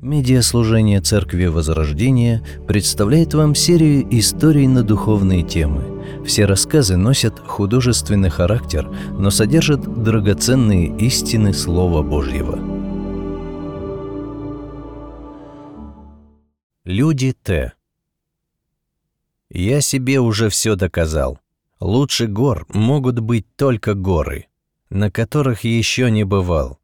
Медиаслужение Церкви Возрождения представляет вам серию историй на духовные темы. Все рассказы носят художественный характер, но содержат драгоценные истины Слова Божьего. Люди Т. Я себе уже все доказал. Лучше гор могут быть только горы, на которых еще не бывал,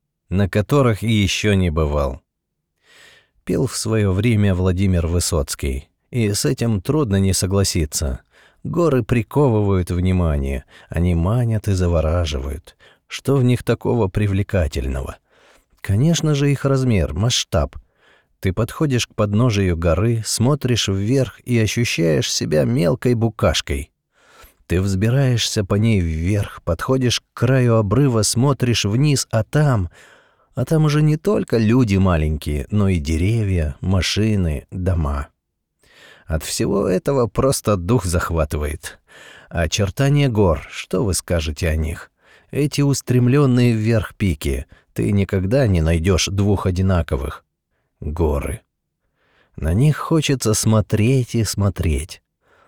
Пел в свое время Владимир Высоцкий, и с этим трудно не согласиться. Горы приковывают внимание, они манят и завораживают. Что в них такого привлекательного? Конечно же, их размер, масштаб. Ты подходишь к подножию горы, смотришь вверх и ощущаешь себя мелкой букашкой. Ты взбираешься по ней вверх, подходишь к краю обрыва, смотришь вниз, а там уже не только люди маленькие, но и деревья, машины, дома. От всего этого просто дух захватывает. Очертания гор, что вы скажете о них? Эти устремленные вверх пики, ты никогда не найдешь двух одинаковых. Горы. На них хочется смотреть и смотреть.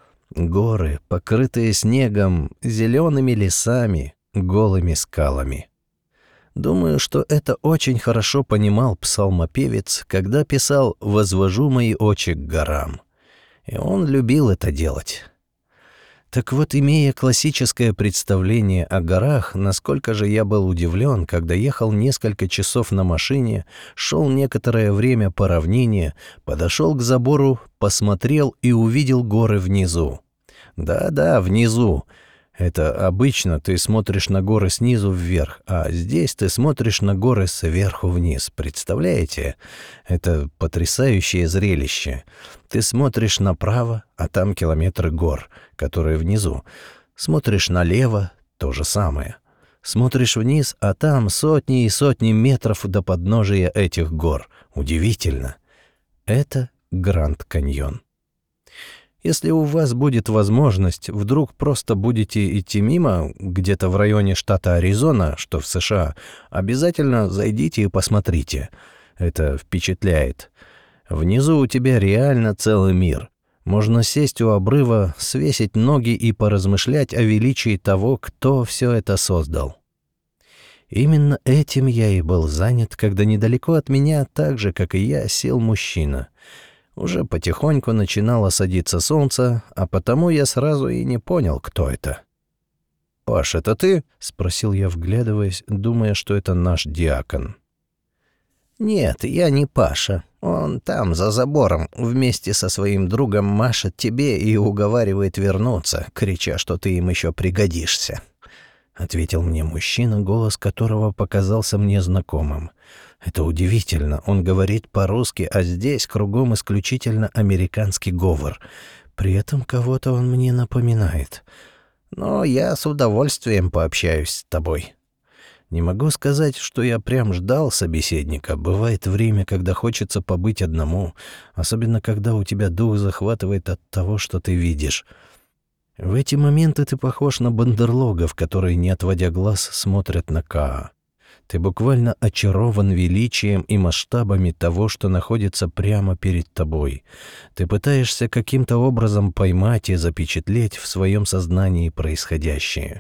Горы, покрытые снегом, зелеными лесами, голыми скалами. Думаю, что это очень хорошо понимал псалмопевец, когда писал «Возвожу мои очи к горам». И он любил это делать. Так вот, имея классическое представление о горах, насколько же я был удивлен, когда ехал несколько часов на машине, шел некоторое время по равнине, подошел к забору, посмотрел и увидел горы внизу. Да-да, внизу. Это обычно ты смотришь на горы снизу вверх, а здесь ты смотришь на горы сверху вниз. Представляете? Это потрясающее зрелище. Ты смотришь направо, а там километры гор, которые внизу. Смотришь налево — то же самое. Смотришь вниз, а там сотни и сотни метров до подножия этих гор. Удивительно. Это Гранд Каньон. Если у вас будет возможность, вдруг просто будете идти мимо, где-то в районе штата Аризона, что в США, обязательно зайдите и посмотрите. Это впечатляет. Внизу у тебя реально целый мир. Можно сесть у обрыва, свесить ноги и поразмышлять о величии того, кто все это создал. Именно этим я и был занят, когда недалеко от меня, так же, как и я, сел мужчина. Уже потихоньку начинало садиться солнце, а потому я сразу и не понял, кто это. «Паш, это ты?» — спросил я, вглядываясь, думая, что это наш диакон. «Нет, я не Паша. Он там, за забором, вместе со своим другом машет тебе и уговаривает вернуться, крича, что ты им еще пригодишься», — ответил мне мужчина, голос которого показался мне знакомым. Это удивительно, он говорит по-русски, а здесь кругом исключительно американский говор. При этом кого-то он мне напоминает. Но я с удовольствием пообщаюсь с тобой. Не могу сказать, что я прям ждал собеседника. Бывает время, когда хочется побыть одному, особенно когда у тебя дух захватывает от того, что ты видишь. В эти моменты ты похож на бандерлогов, которые, не отводя глаз, смотрят на Каа. Ты буквально очарован величием и масштабами того, что находится прямо перед тобой. Ты пытаешься каким-то образом поймать и запечатлеть в своем сознании происходящее.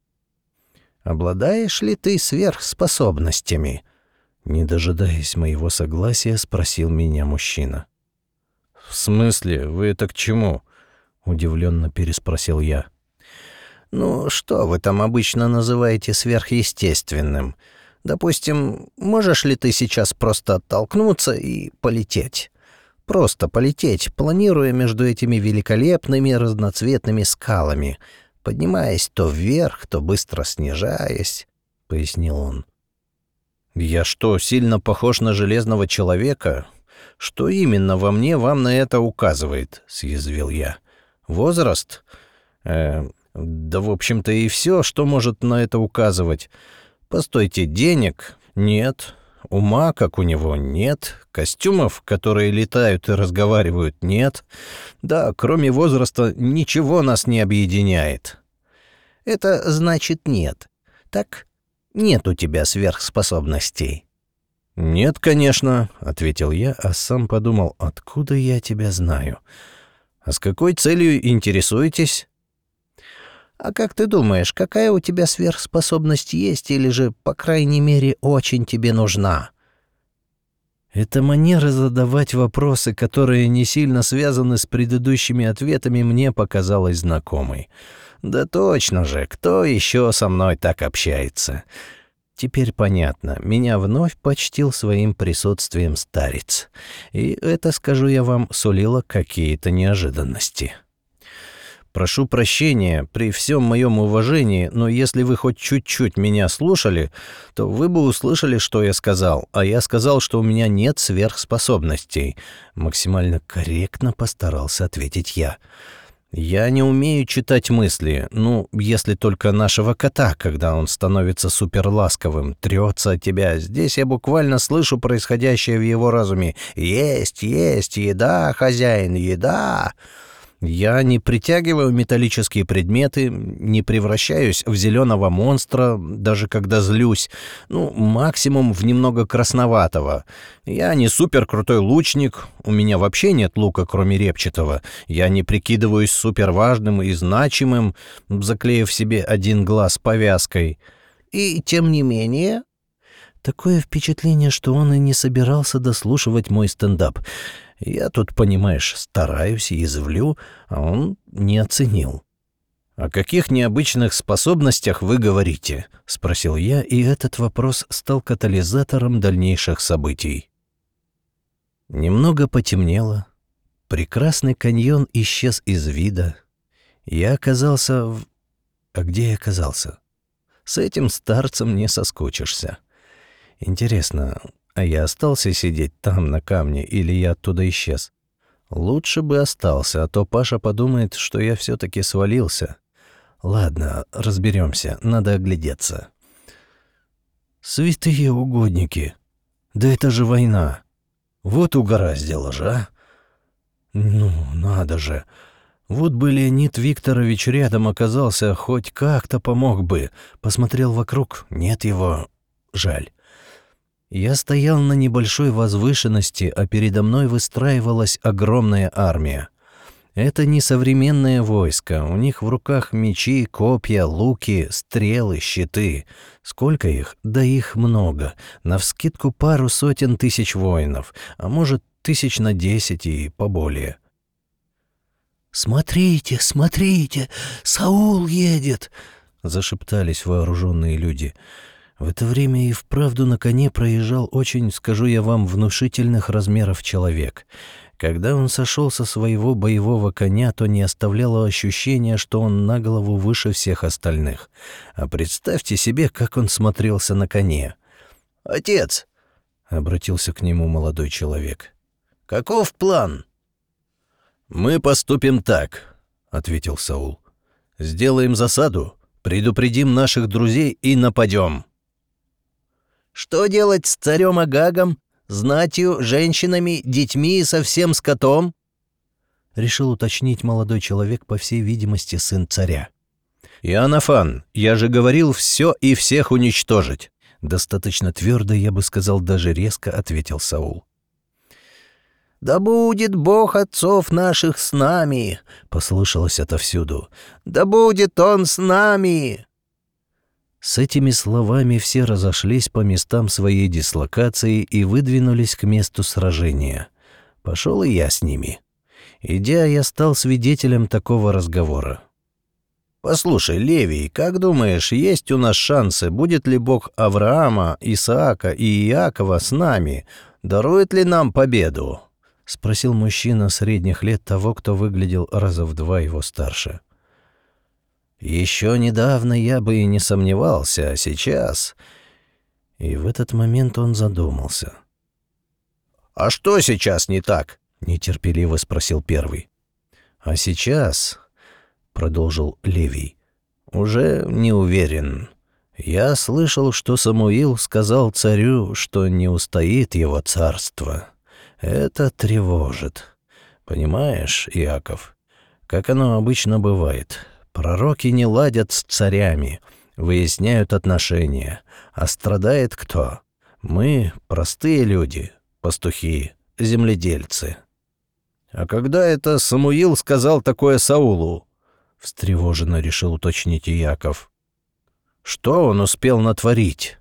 «Обладаешь ли ты сверхспособностями?» Не дожидаясь моего согласия, спросил меня мужчина. «В смысле? Вы это к чему?» — удивленно переспросил я. «Ну, что вы там обычно называете сверхъестественным? Допустим, можешь ли ты сейчас просто оттолкнуться и полететь? Просто полететь, планируя между этими великолепными разноцветными скалами, поднимаясь то вверх, то быстро снижаясь», — пояснил он. «Я что, сильно похож на железного человека? Что именно во мне вам на это указывает?» — съязвил я. «Возраст? Да, в общем-то, и все, что может на это указывать. Постойте, денег? Нет. Ума, как у него, нет. Костюмов, которые летают и разговаривают, нет. Да, кроме возраста, ничего нас не объединяет». «Это значит нет. Так? Нет у тебя сверхспособностей». «Нет, конечно», — ответил я, а сам подумал, откуда я тебя знаю. «А с какой целью интересуетесь?» А как ты думаешь, какая у тебя сверхспособность есть или же, по крайней мере, очень тебе нужна?» Эта манера задавать вопросы, которые не сильно связаны с предыдущими ответами, мне показалась знакомой. Да точно же, кто еще со мной так общается? Теперь понятно, меня вновь почтил своим присутствием старец. И это, скажу я вам, сулило какие-то неожиданности. Прошу прощения, при всем моем уважении, но если вы хоть чуть-чуть меня слушали, то вы бы услышали, что я сказал. А я сказал, что у меня нет сверхспособностей. Максимально корректно постарался ответить я. Я не умею читать мысли, если только нашего кота, когда он становится суперласковым, трется от тебя. Здесь я буквально слышу происходящее в его разуме. «Есть, есть, еда, хозяин, еда!» Я не притягиваю металлические предметы, не превращаюсь в зеленого монстра, даже когда злюсь. Максимум в немного красноватого. Я не суперкрутой лучник, у меня вообще нет лука, кроме репчатого. Я не прикидываюсь суперважным и значимым, заклеив себе один глаз повязкой. И тем не менее... Такое впечатление, что он и не собирался дослушивать мой стендап. Я тут, понимаешь, стараюсь и извлю, а он не оценил. «О каких необычных способностях вы говорите?» — спросил я, и этот вопрос стал катализатором дальнейших событий. Немного потемнело. Прекрасный каньон исчез из вида. Я оказался в... А где я оказался? С этим старцем не соскучишься. Интересно, а я остался сидеть там, на камне, или я оттуда исчез? Лучше бы остался, а то Паша подумает, что я все-таки свалился. Ладно, разберемся, надо оглядеться. Святые угодники! Да это же война! Вот угораздило же, а! Надо же! Вот бы Леонид Викторович рядом оказался, хоть как-то помог бы. Посмотрел вокруг, нет его, жаль. Я стоял на небольшой возвышенности, а передо мной выстраивалась огромная армия. Это не современное войско, у них в руках мечи, копья, луки, стрелы, щиты. Сколько их? Да их много. Навскидку пару сотен тысяч воинов, а может 1010 и поболее. «Смотрите, смотрите, Саул едет!» — зашептались вооруженные люди. В это время и вправду на коне проезжал очень, скажу я вам, внушительных размеров человек. Когда он сошел со своего боевого коня, то не оставляло ощущения, что он на голову выше всех остальных. А представьте себе, как он смотрелся на коне. «Отец!» — обратился к нему молодой человек. «Каков план?» «Мы поступим так», — ответил Саул. «Сделаем засаду, предупредим наших друзей и нападем». «Что делать с царем Агагом, знатью, женщинами, детьми и со всем скотом?» — решил уточнить молодой человек, по всей видимости, сын царя. «Иоаннафан, я же говорил все и всех уничтожить!» Достаточно твердо, я бы сказал, даже резко ответил Саул. «Да будет Бог отцов наших с нами!» — послышалось отовсюду. «Да будет Он с нами!» С этими словами все разошлись по местам своей дислокации и выдвинулись к месту сражения. Пошел и я с ними. Идя, я стал свидетелем такого разговора. «Послушай, Левий, как думаешь, есть у нас шансы, будет ли Бог Авраама, Исаака и Иакова с нами? Дарует ли нам победу?» — спросил мужчина средних лет того, кто выглядел раза в два его старше. «Еще недавно я бы и не сомневался, а сейчас...» И в этот момент он задумался. «А что сейчас не так?» — нетерпеливо спросил первый. «А сейчас...» — продолжил Левий. «Уже не уверен. Я слышал, что Самуил сказал царю, что не устоит его царство. Это тревожит. Понимаешь, Иаков, как оно обычно бывает. Пророки не ладят с царями, выясняют отношения. А страдает кто? Мы простые люди, пастухи, земледельцы. А когда это Самуил сказал такое Саулу? Встревоженно решил уточнить Иаков. Что он успел натворить?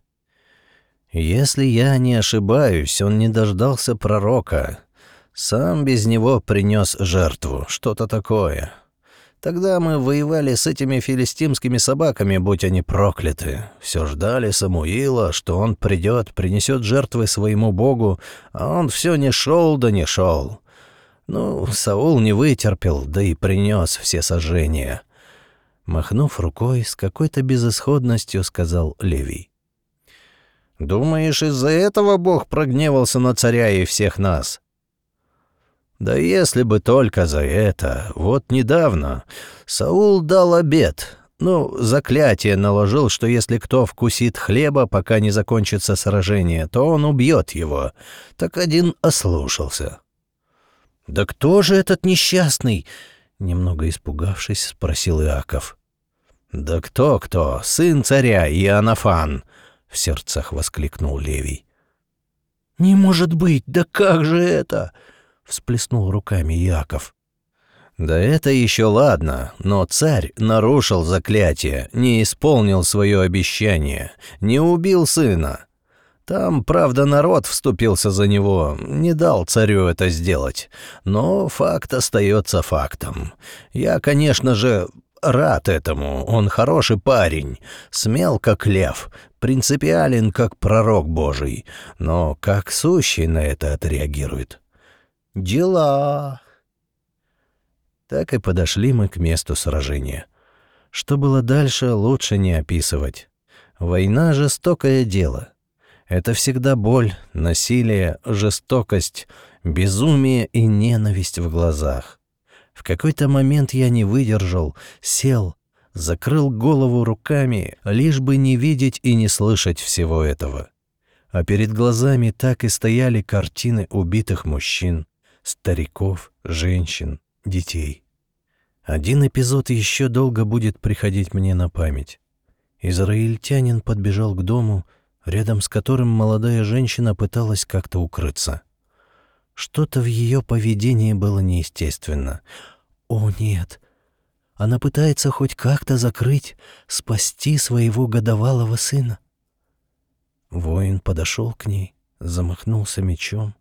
Если я не ошибаюсь, он не дождался пророка. Сам без него принес жертву, что-то такое. Тогда мы воевали с этими филистимскими собаками, будь они прокляты. Все ждали Самуила, что он придет, принесет жертвы своему богу, а он все не шел да не шел. Ну, Саул не вытерпел, да и принес все сожжения. Махнув рукой, с какой-то безысходностью сказал Левий. «Думаешь, из-за этого Бог прогневался на царя и всех нас?» «Да если бы только за это. Вот недавно Саул дал обет, заклятие наложил, что если кто вкусит хлеба, пока не закончится сражение, то он убьет его. Так один ослушался». «Да кто же этот несчастный?» — немного испугавшись, спросил Иаков. «Да кто-кто? Сын царя Иоаннафан!» — в сердцах воскликнул Левий. «Не может быть! Да как же это?» — всплеснул руками Иаков. «Да это еще ладно, но царь нарушил заклятие, не исполнил свое обещание, не убил сына. Там, правда, народ вступился за него, не дал царю это сделать, но факт остается фактом. Я, конечно же, рад этому, он хороший парень, смел как лев, принципиален как пророк Божий, но как сущий на это отреагирует? Дела!» Так и подошли мы к месту сражения. Что было дальше, лучше не описывать. Война — жестокое дело. Это всегда боль, насилие, жестокость, безумие и ненависть в глазах. В какой-то момент я не выдержал, сел, закрыл голову руками, лишь бы не видеть и не слышать всего этого. А перед глазами так и стояли картины убитых мужчин, стариков, женщин, детей. Один эпизод еще долго будет приходить мне на память. Израильтянин подбежал к дому, рядом с которым молодая женщина пыталась как-то укрыться. Что-то в ее поведении было неестественно. О, нет! Она пытается хоть как-то закрыть, спасти своего годовалого сына. Воин подошел к ней, замахнулся мечом.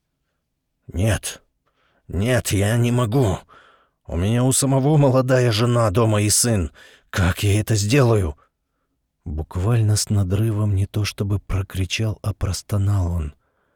«Нет, нет, я не могу. У меня у самого молодая жена дома и сын. Как я это сделаю?» Буквально с надрывом не то чтобы прокричал, а простонал он.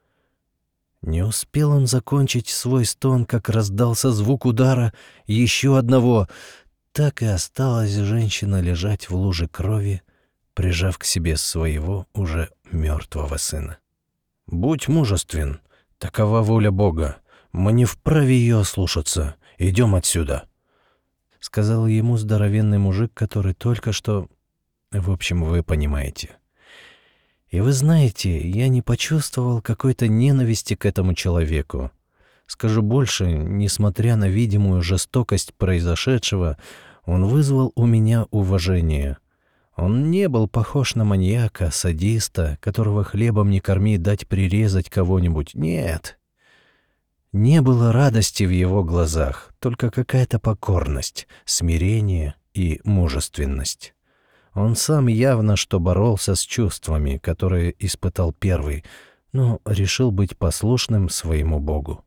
Не успел он закончить свой стон, как раздался звук удара еще одного. Так и осталась женщина лежать в луже крови, прижав к себе своего уже мертвого сына. «Будь мужествен, такова воля Бога. Мы не вправе ее ослушаться. Идем отсюда», — сказал ему здоровенный мужик, который только что... В общем, вы понимаете. И вы знаете, я не почувствовал какой-то ненависти к этому человеку. Скажу больше, несмотря на видимую жестокость произошедшего, он вызвал у меня уважение. Он не был похож на маньяка, садиста, которого хлебом не корми, дать прирезать кого-нибудь. Нет. Не было радости в его глазах, только какая-то покорность, смирение и мужественность. Он сам явно что боролся с чувствами, которые испытал первый, но решил быть послушным своему Богу.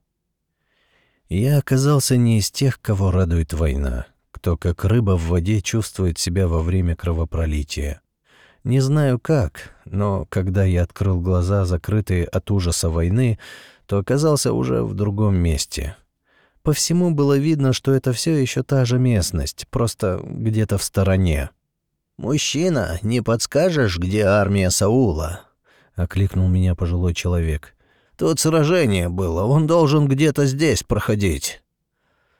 Я оказался не из тех, кого радует война, кто как рыба в воде чувствует себя во время кровопролития. Не знаю как, но когда я открыл глаза, закрытые от ужаса войны, то оказался уже в другом месте. По всему было видно, что это все еще та же местность, просто где-то в стороне. «Мужчина, не подскажешь, где армия Саула?» — окликнул меня пожилой человек. «Тут сражение было, он должен где-то здесь проходить».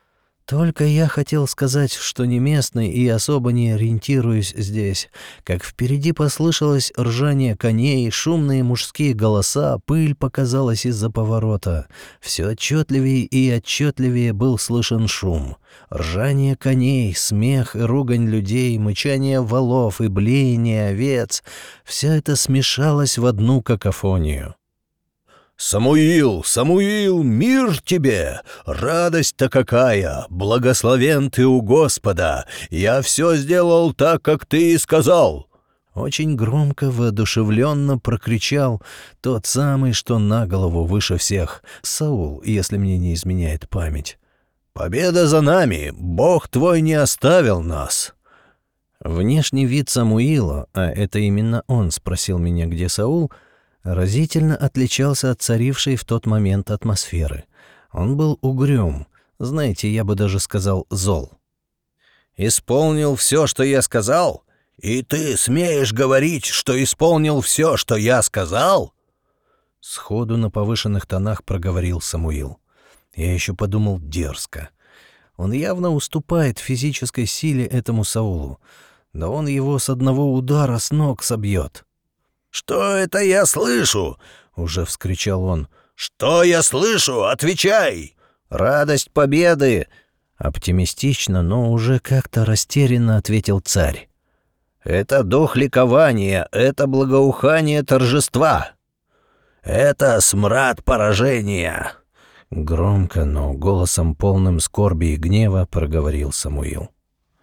Только я хотел сказать, что не местный и особо не ориентируюсь здесь, как впереди послышалось ржание коней, шумные мужские голоса, пыль показалась из-за поворота. Все отчетливее и отчетливее был слышен шум. Ржание коней, смех и ругань людей, мычание волов и блеяние овец — все это смешалось в одну какофонию. «Самуил, Самуил, мир тебе! Радость-то какая! Благословен ты у Господа! Я все сделал так, как ты и сказал!» Очень громко, воодушевленно прокричал тот самый, что на голову выше всех, Саул, если мне не изменяет память. «Победа за нами! Бог твой не оставил нас!» Внешний вид Самуила, а это именно он спросил меня, где Саул, разительно отличался от царившей в тот момент атмосферы. Он был угрюм, знаете, я бы даже сказал зол. «Исполнил все, что я сказал? И ты смеешь говорить, что исполнил все, что я сказал?» Сходу на повышенных тонах проговорил Самуил. Я еще подумал дерзко. Он явно уступает физической силе этому Саулу. Да он его с одного удара с ног собьет. «Что это я слышу?» — уже вскричал он. «Что я слышу? Отвечай!» «Радость победы!» — оптимистично, но уже как-то растерянно ответил царь. «Это дух ликования, это благоухание торжества. Это смрад поражения!» Громко, но голосом полным скорби и гнева проговорил Самуил.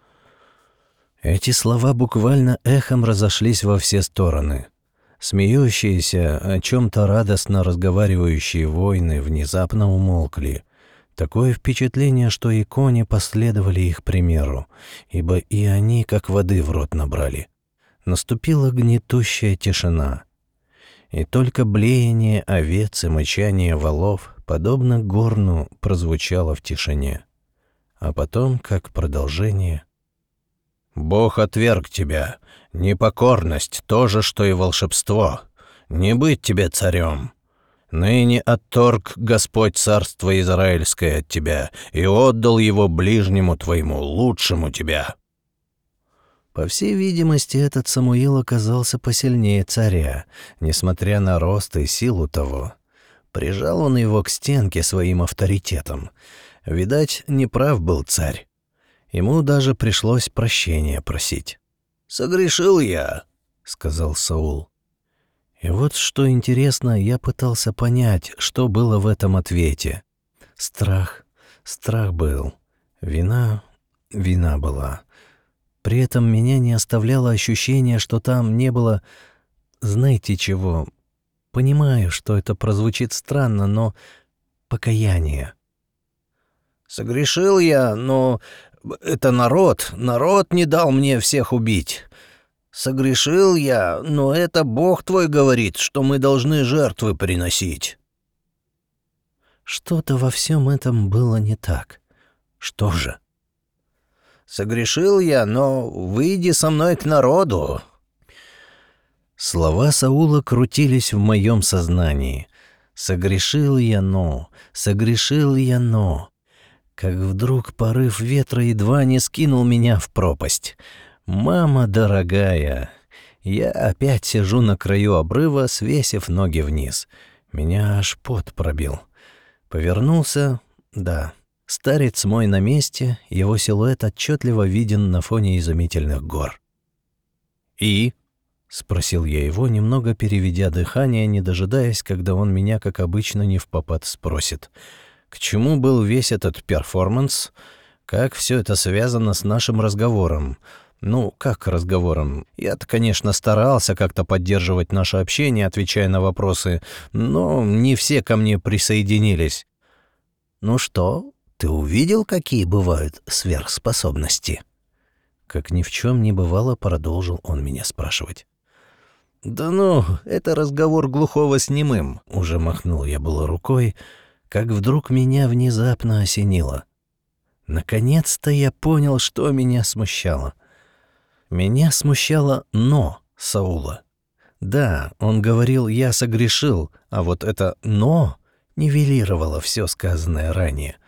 Эти слова буквально эхом разошлись во все стороны. Смеющиеся, о чем-то радостно разговаривающие воины внезапно умолкли. Такое впечатление, что и кони последовали их примеру, ибо и они как воды в рот набрали. Наступила гнетущая тишина. И только блеяние овец и мычание волов, подобно горну, прозвучало в тишине. А потом, как продолжение: «Бог отверг тебя. Непокорность — то же, что и волшебство. Не быть тебе царем. Ныне отторг Господь царство Израильское от тебя и отдал его ближнему твоему, лучшему тебя». По всей видимости, этот Самуил оказался посильнее царя, несмотря на рост и силу того. Прижал он его к стенке своим авторитетом. Видать, неправ был царь. Ему даже пришлось прощения просить. «Согрешил я», — сказал Саул. И вот что интересно, я пытался понять, что было в этом ответе. Страх был. Вина была. При этом меня не оставляло ощущение, что там не было, знаете чего. Понимаю, что это прозвучит странно, но покаяние. «Согрешил я, но это народ не дал мне всех убить. Согрешил я, но это Бог твой говорит, что мы должны жертвы приносить». Что-то во всем этом было не так. Что же? «Согрешил я, но выйди со мной к народу». Слова Саула крутились в моем сознании. Согрешил я, но. Как вдруг порыв ветра едва не скинул меня в пропасть. Мама дорогая, я опять сижу на краю обрыва, свесив ноги вниз. Меня аж пот пробил. Повернулся, да, старец мой на месте, его силуэт отчетливо виден на фоне изумительных гор. «И?» — спросил я его, немного переведя дыхание, не дожидаясь, когда он меня, как обычно, невпопад спросит. К чему был весь этот перформанс? Как все это связано с нашим разговором? Ну, как разговором? Я-то, конечно, старался как-то поддерживать наше общение, отвечая на вопросы, но не все ко мне присоединились. «Ну что, ты увидел, какие бывают сверхспособности?» Как ни в чем не бывало, продолжил он меня спрашивать. «Да ну, это разговор глухого с немым», — уже махнул я было рукой, как вдруг меня внезапно осенило. Наконец-то я понял, что меня смущало. Меня смущало «но» Саула. Да, он говорил «я согрешил», а вот это «но» нивелировало все сказанное ранее.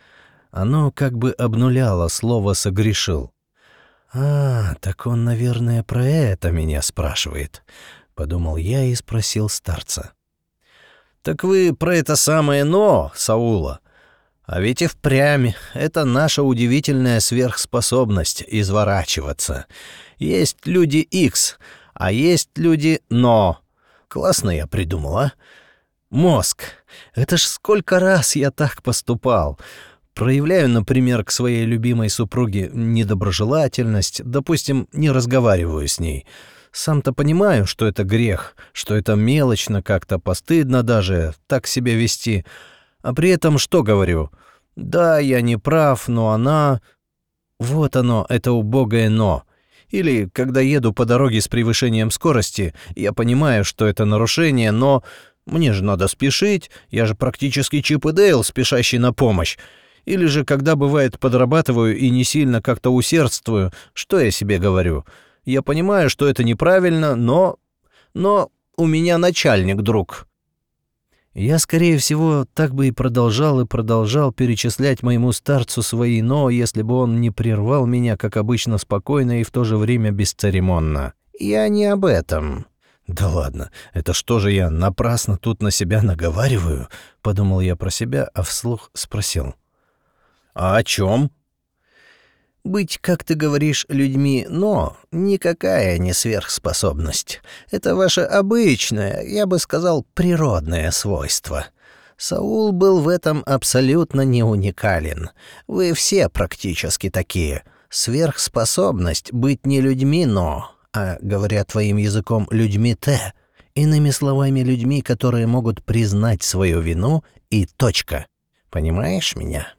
Оно как бы обнуляло слово «согрешил». «А, так он, наверное, про это меня спрашивает», — подумал я и спросил старца. «Так вы про это самое «но» Саула? А ведь и впрямь это наша удивительная сверхспособность изворачиваться. Есть люди X, а есть люди «но». Классно я придумал, а? Мозг. Это ж сколько раз я так поступал. Проявляю, например, к своей любимой супруге недоброжелательность, допустим, не разговариваю с ней. Сам-то понимаю, что это грех, что это мелочно, как-то постыдно даже так себя вести. А при этом что говорю? Да, я не прав, но она... Вот оно, это убогое «но». Или, когда еду по дороге с превышением скорости, я понимаю, что это нарушение, но... Мне же надо спешить, я же практически Чип и Дейл, спешащий на помощь. Или же, когда бывает, подрабатываю и не сильно как-то усердствую, что я себе говорю? Я понимаю, что это неправильно, но у меня начальник, друг. Я, скорее всего, так бы и продолжал перечислять моему старцу свои «но», если бы он не прервал меня, как обычно, спокойно и в то же время бесцеремонно. Я не об этом. «Да ладно, это что же я напрасно тут на себя наговариваю?» — подумал я про себя, а вслух спросил. «А о чем?» «Быть, как ты говоришь, людьми, но никакая не сверхспособность. Это ваше обычное, я бы сказал, природное свойство. Саул был в этом абсолютно не уникален. Вы все практически такие. Сверхспособность быть не людьми, но, а, говоря твоим языком, людьми Т, иными словами, людьми, которые могут признать свою вину и точка. Понимаешь меня?»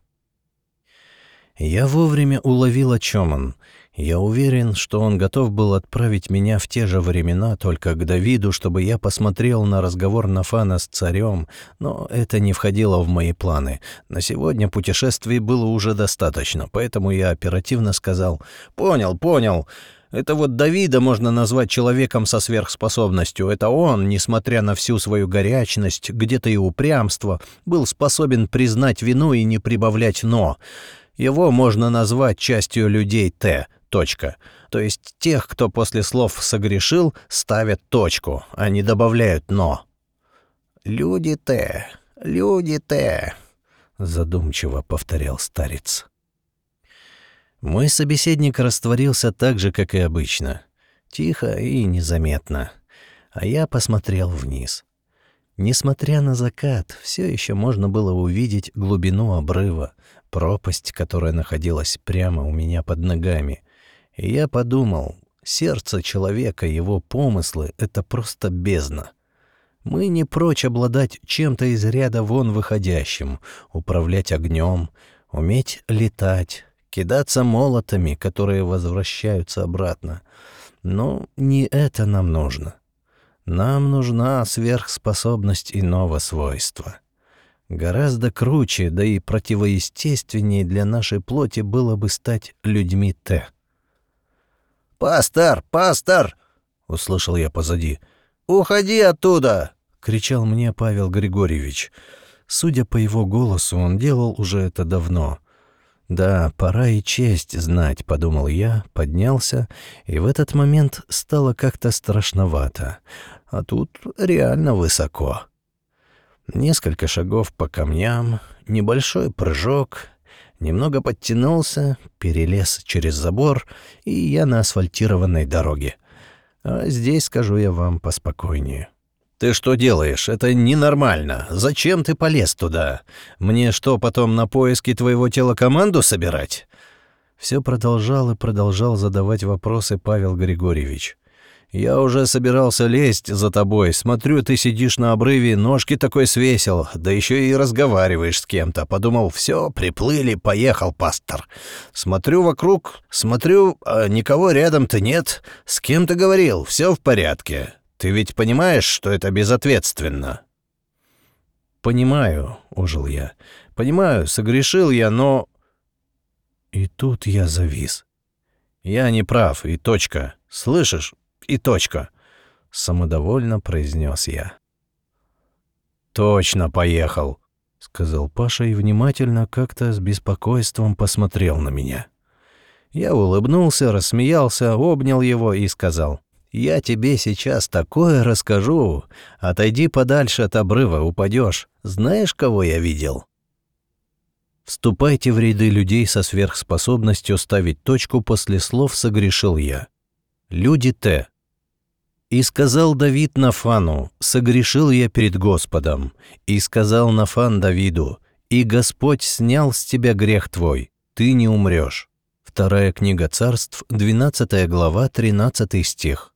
Я вовремя уловил, о чем он. Я уверен, что он готов был отправить меня в те же времена, только к Давиду, чтобы я посмотрел на разговор Нафана с царем, но это не входило в мои планы. На сегодня путешествий было уже достаточно, поэтому я оперативно сказал: «Понял. Это вот Давида можно назвать человеком со сверхспособностью. Это он, несмотря на всю свою горячность, где-то и упрямство, был способен признать вину и не прибавлять «но». Его можно назвать частью людей Т. Точка. То есть тех, кто после слов «согрешил» ставят точку, а не добавляют «но». «Люди Т, задумчиво повторял старец. Мой собеседник растворился так же, как и обычно. Тихо и незаметно. А я посмотрел вниз. Несмотря на закат, все еще можно было увидеть глубину обрыва, пропасть, которая находилась прямо у меня под ногами. И я подумал, сердце человека, его помыслы — это просто бездна. Мы не прочь обладать чем-то из ряда вон выходящим, управлять огнем, уметь летать, кидаться молотами, которые возвращаются обратно. Но не это нам нужно. Нам нужна сверхспособность иного свойства. Гораздо круче, да и противоестественнее для нашей плоти было бы стать людьми Т. «Пастор! — услышал я позади. «Уходи оттуда!» — кричал мне Павел Григорьевич. Судя по его голосу, он делал уже это давно. «Да, пора и честь знать», — подумал я, поднялся, и в этот момент стало как-то страшновато. А тут реально высоко. Несколько шагов по камням, небольшой прыжок, немного подтянулся, перелез через забор, и я на асфальтированной дороге. А здесь, скажу я вам, поспокойнее. «Ты что делаешь? Это ненормально. Зачем ты полез туда? Мне что, потом на поиски твоего тела команду собирать?» Все продолжал задавать вопросы Павел Григорьевич. «Я уже собирался лезть за тобой. Смотрю, ты сидишь на обрыве, ножки такой свесил, да еще и разговариваешь с кем-то. Подумал, все, приплыли, поехал, пастор. Смотрю вокруг, а никого рядом-то нет. С кем ты говорил? Все в порядке. Ты ведь понимаешь, что это безответственно?» «Понимаю», — ожил я. «Понимаю, согрешил я, но...» И тут я завис. «Я не прав, и точка. Слышишь? И точка», — самодовольно произнес я. «Точно поехал», сказал Паша и внимательно как-то с беспокойством посмотрел на меня. Я улыбнулся, рассмеялся, обнял его и сказал: «Я тебе сейчас такое расскажу. Отойди подальше от обрыва, упадешь. Знаешь, кого я видел?» Вступайте в ряды людей со сверхспособностью ставить точку после слов «согрешил я». Люди Т. «И сказал Давид Нафану: согрешил я перед Господом. И сказал Нафан Давиду: и Господь снял с тебя грех твой, ты не умрешь». Вторая книга Царств, 12 глава, 13 стих.